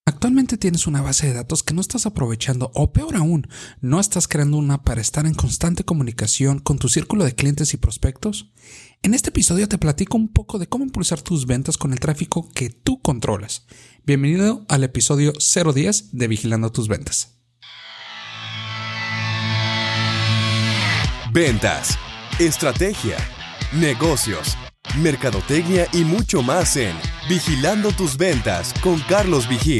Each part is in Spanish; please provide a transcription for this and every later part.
Actualmente tienes una base de datos que no estás aprovechando o peor aún, no estás creando una para estar en constante comunicación con tu círculo de clientes y prospectos. En este episodio te platico un poco de cómo impulsar tus ventas con el tráfico que tú controlas. Bienvenido al episodio 010 de Vigilando tus ventas. Ventas, estrategia, negocios, mercadotecnia y mucho más en Vigilando tus ventas con Carlos Vigil.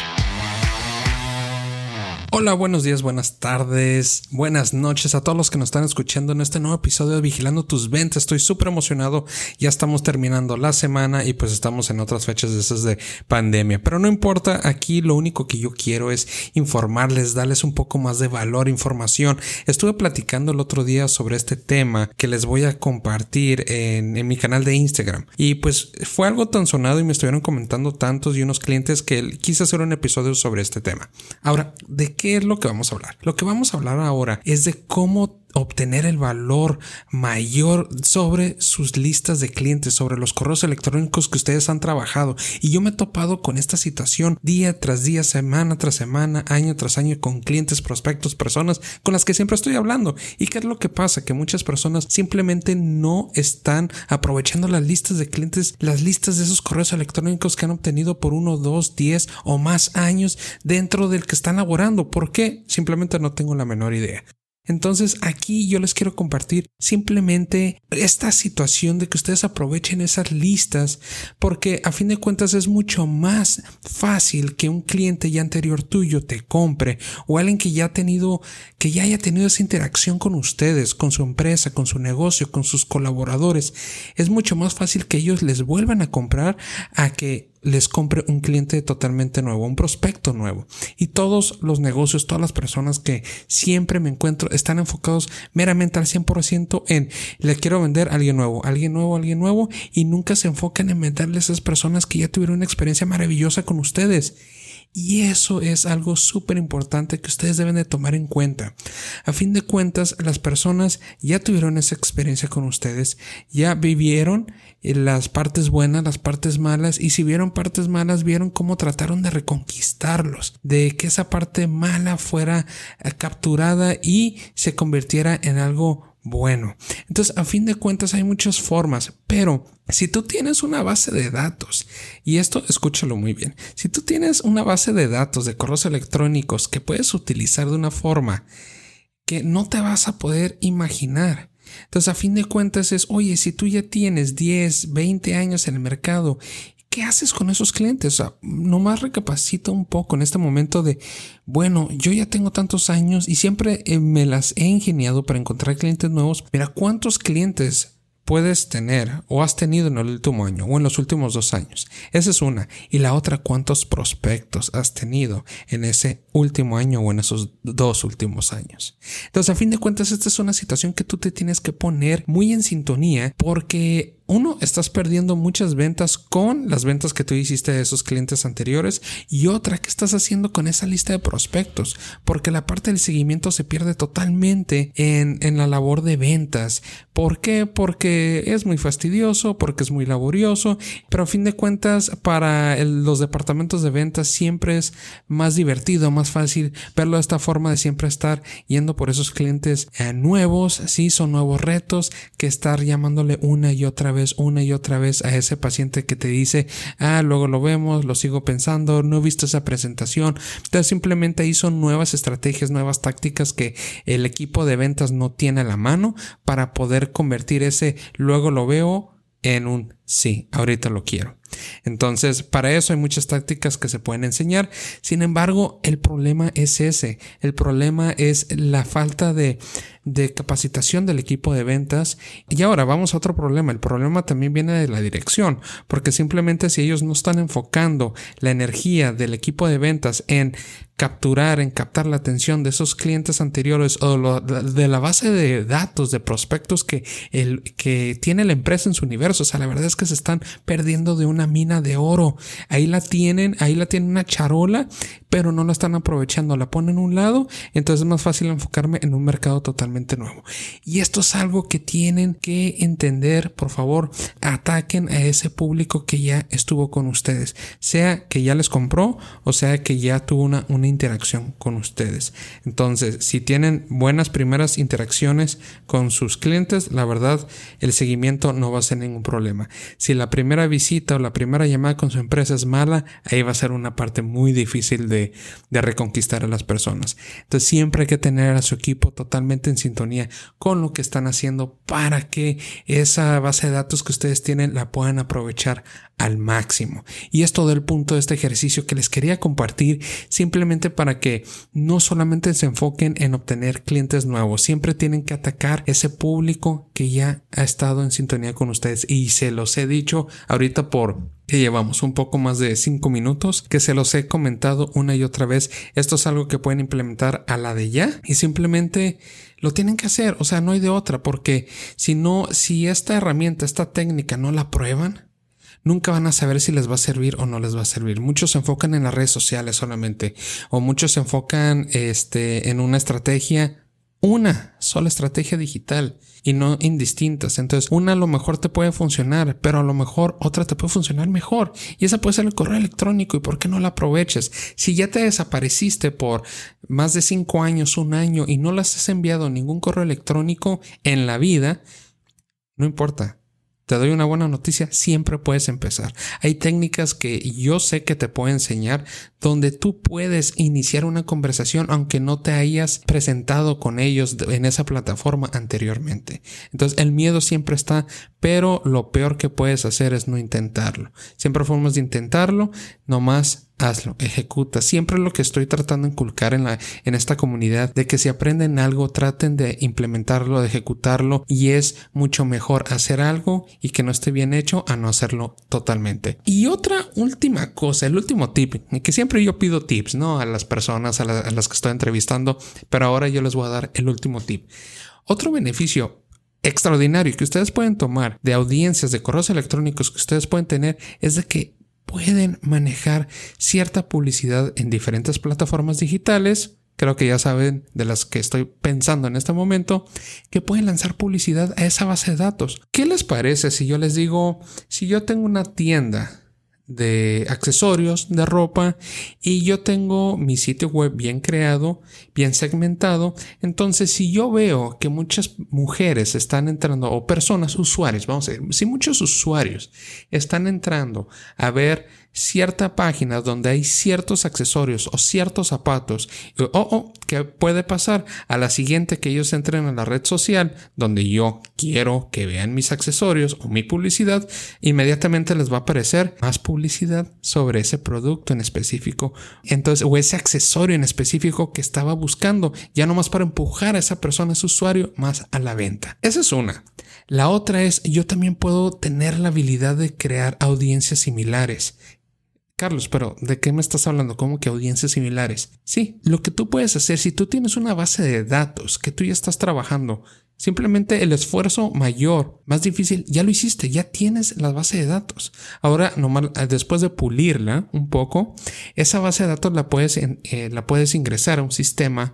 Hola, buenos días, buenas tardes, buenas noches a todos los que nos están escuchando en este nuevo episodio de Vigilando tus ventas. Estoy súper emocionado, ya estamos terminando la semana y pues estamos en otras fechas de esas de pandemia, pero no importa, aquí lo único que yo quiero es informarles, darles un poco más de valor, información. Estuve platicando el otro día sobre este tema que les voy a compartir en mi canal de Instagram y pues fue algo tan sonado y me estuvieron comentando tantos y unos clientes que quise hacer un episodio sobre este tema. Ahora, ¿de qué es lo que vamos a hablar? Lo que vamos a hablar ahora es de cómo obtener el valor mayor sobre sus listas de clientes, sobre los correos electrónicos que ustedes han trabajado. Y yo me he topado con esta situación día tras día, semana tras semana, año tras año, con clientes, prospectos, personas con las que siempre estoy hablando. ¿Y qué es lo que pasa? Que muchas personas simplemente no están aprovechando las listas de clientes, las listas de esos correos electrónicos que han obtenido por 1, 2, 10 o más años dentro del que están laborando. ¿Por qué? Simplemente no tengo la menor idea. Entonces aquí yo les quiero compartir simplemente esta situación de que ustedes aprovechen esas listas, porque a fin de cuentas es mucho más fácil que un cliente ya anterior tuyo te compre o alguien que ya haya tenido esa interacción con ustedes, con su empresa, con su negocio, con sus colaboradores. Es mucho más fácil que ellos les vuelvan a comprar a que les compre un cliente totalmente nuevo, un prospecto nuevo. Y todos los negocios, todas las personas que siempre me encuentro están enfocados meramente al 100% en le quiero vender a alguien nuevo y nunca se enfocan en venderle a esas personas que ya tuvieron una experiencia maravillosa con ustedes. Y eso es algo súper importante que ustedes deben de tomar en cuenta. A fin de cuentas, las personas ya tuvieron esa experiencia con ustedes, ya vivieron las partes buenas, las partes malas, y si vieron partes malas, vieron cómo trataron de reconquistarlos, de que esa parte mala fuera capturada y se convirtiera en algo bueno. Entonces, a fin de cuentas hay muchas formas, pero si tú tienes una base de datos, y esto escúchalo muy bien, si tú tienes una base de datos de correos electrónicos que puedes utilizar de una forma que no te vas a poder imaginar, entonces a fin de cuentas es, oye, si tú ya tienes 10, 20 años en el mercado, ¿qué haces con esos clientes? O sea, nomás recapacita un poco en este momento de, bueno, yo ya tengo tantos años y siempre me las he ingeniado para encontrar clientes nuevos. Mira, ¿cuántos clientes puedes tener o has tenido en el último año o en los últimos 2 años? Esa es una. Y la otra, ¿cuántos prospectos has tenido en ese último año o en esos 2 últimos años? Entonces, a fin de cuentas, esta es una situación que tú te tienes que poner muy en sintonía, porque uno, estás perdiendo muchas ventas con las ventas que tú hiciste de esos clientes anteriores, y otra, ¿qué estás haciendo con esa lista de prospectos? Porque la parte del seguimiento se pierde totalmente en la labor de ventas. ¿Por qué? Porque es muy fastidioso, porque es muy laborioso, pero a fin de cuentas para los departamentos de ventas siempre es más divertido, más fácil verlo de esta forma, de siempre estar yendo por esos clientes nuevos. Sí, son nuevos retos que estar llamándole una y otra vez a ese paciente que te dice, luego lo vemos, lo sigo pensando, no he visto esa presentación. Entonces simplemente ahí son nuevas estrategias, nuevas tácticas que el equipo de ventas no tiene a la mano para poder convertir ese luego lo veo en un sí, ahorita lo quiero. Entonces, para eso hay muchas tácticas que se pueden enseñar. Sin embargo, el problema es ese. El problema es la falta de capacitación del equipo de ventas. Y ahora vamos a otro problema. El problema también viene de la dirección, porque simplemente si ellos no están enfocando la energía del equipo de ventas en captar la atención de esos clientes anteriores o de la base de datos de prospectos que tiene la empresa en su universo, o sea, la verdad es que se están perdiendo de una mina de oro. Ahí la tienen una charola, pero no la están aprovechando, la ponen a un lado. Entonces es más fácil enfocarme en un mercado totalmente totalmente nuevo. Y esto es algo que tienen que entender. Por favor, ataquen a ese público que ya estuvo con ustedes, sea que ya les compró o sea que ya tuvo una interacción con ustedes. Entonces, si tienen buenas primeras interacciones con sus clientes, la verdad, el seguimiento no va a ser ningún problema. Si la primera visita o la primera llamada con su empresa es mala, ahí va a ser una parte muy difícil de reconquistar a las personas. Entonces, siempre hay que tener a su equipo totalmente en sintonía con lo que están haciendo para que esa base de datos que ustedes tienen la puedan aprovechar al máximo. Y es todo el punto de este ejercicio que les quería compartir, simplemente para que no solamente se enfoquen en obtener clientes nuevos, siempre tienen que atacar ese público que ya ha estado en sintonía con ustedes. Y se los he dicho ahorita que llevamos un poco más de 5 minutos, que se los he comentado una y otra vez. Esto es algo que pueden implementar a la de ya y simplemente lo tienen que hacer. O sea, no hay de otra, porque si esta herramienta, esta técnica no la prueban, nunca van a saber si les va a servir o no les va a servir. Muchos se enfocan en las redes sociales solamente, o muchos se enfocan en una sola estrategia digital y no indistintas. Entonces, una a lo mejor te puede funcionar, pero a lo mejor otra te puede funcionar mejor. Y esa puede ser el correo electrónico. ¿Y por qué no la aproveches? Si ya te desapareciste por más de 5 años, 1 año y no les has enviado ningún correo electrónico en la vida, no importa. Te doy una buena noticia, siempre puedes empezar. Hay técnicas que yo sé que te puedo enseñar donde tú puedes iniciar una conversación aunque no te hayas presentado con ellos en esa plataforma anteriormente. Entonces el miedo siempre está, pero lo peor que puedes hacer es no intentarlo. Siempre hay formas de intentarlo, nomás hazlo, ejecuta. Siempre lo que estoy tratando de inculcar en esta comunidad, de que si aprenden algo, traten de implementarlo, de ejecutarlo, y es mucho mejor hacer algo y que no esté bien hecho a no hacerlo totalmente. Y otra última cosa, el último tip, que siempre yo pido tips, ¿no? A las personas a las que estoy entrevistando, pero ahora yo les voy a dar el último tip. Otro beneficio extraordinario que ustedes pueden tomar de audiencias, de correos electrónicos que ustedes pueden tener, es de que pueden manejar cierta publicidad en diferentes plataformas digitales. Creo que ya saben de las que estoy pensando en este momento, que pueden lanzar publicidad a esa base de datos. ¿Qué les parece si yo les digo, si yo tengo una tienda de accesorios, de ropa, y yo tengo mi sitio web bien creado, bien segmentado? Entonces, si yo veo que muchas mujeres están entrando, o personas, usuarios, vamos a decir, si muchos usuarios están entrando a ver cierta página donde hay ciertos accesorios o ciertos zapatos, ¿qué puede pasar? A la siguiente que ellos entren a la red social donde yo quiero que vean mis accesorios o mi publicidad, inmediatamente les va a aparecer más publicidad sobre ese producto en específico, entonces, o ese accesorio en específico que estaba buscando, ya nomás para empujar a esa persona, ese usuario, más a la venta. Esa es una. La otra es, yo también puedo tener la habilidad de crear audiencias similares. Carlos, pero ¿de qué me estás hablando? ¿Cómo que audiencias similares? Sí, lo que tú puedes hacer, si tú tienes una base de datos que tú ya estás trabajando, simplemente el esfuerzo mayor, más difícil, ya lo hiciste, ya tienes la base de datos. Ahora, nomás, después de pulirla un poco, esa base de datos la puedes ingresar a un sistema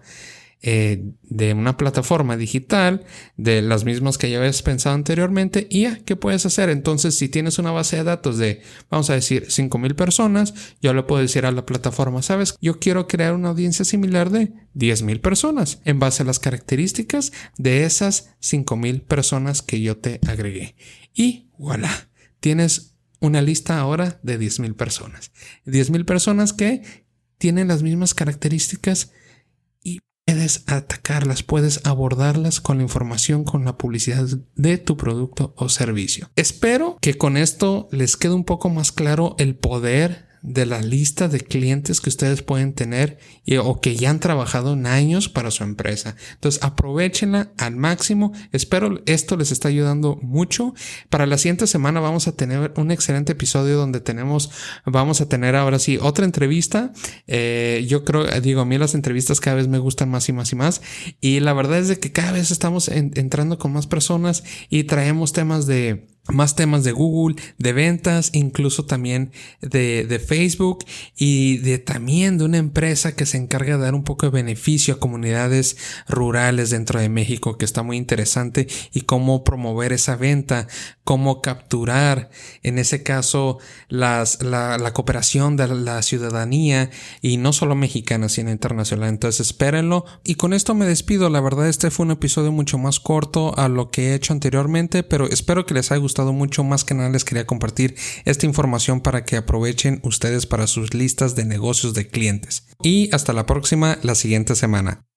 de una plataforma digital, de las mismas que ya habías pensado anteriormente, y ¿qué puedes hacer? Entonces, si tienes una base de datos de, vamos a decir, 5,000 personas, yo le puedo decir a la plataforma, ¿sabes? Yo quiero crear una audiencia similar de 10,000 personas en base a las características de esas 5,000 personas que yo te agregué. Y voilà, tienes una lista ahora de 10,000 personas. 10,000 personas que tienen las mismas características. Puedes atacarlas, puedes abordarlas con la información, con la publicidad de tu producto o servicio. Espero que con esto les quede un poco más claro el poder de la lista de clientes que ustedes pueden tener o que ya han trabajado en años para su empresa. Entonces, aprovéchenla al máximo. Espero esto les está ayudando mucho. Para la siguiente semana vamos a tener un excelente episodio donde vamos a tener ahora sí otra entrevista. Yo creo, a mí las entrevistas cada vez me gustan más y más y más. Y la verdad es de que cada vez estamos entrando con más personas y traemos temas de más temas de Google, de ventas, incluso también de Facebook y también de una empresa que se encarga de dar un poco de beneficio a comunidades rurales dentro de México, que está muy interesante, y cómo promover esa venta, cómo capturar, en ese caso, la cooperación de la ciudadanía, y no solo mexicana, sino internacional. Entonces espérenlo. Y con esto me despido. La verdad, este fue un episodio mucho más corto a lo que he hecho anteriormente, pero espero que les haya gustado mucho. Más que nada les quería compartir esta información para que aprovechen ustedes para sus listas de negocios de clientes. Y hasta la próxima, la siguiente semana.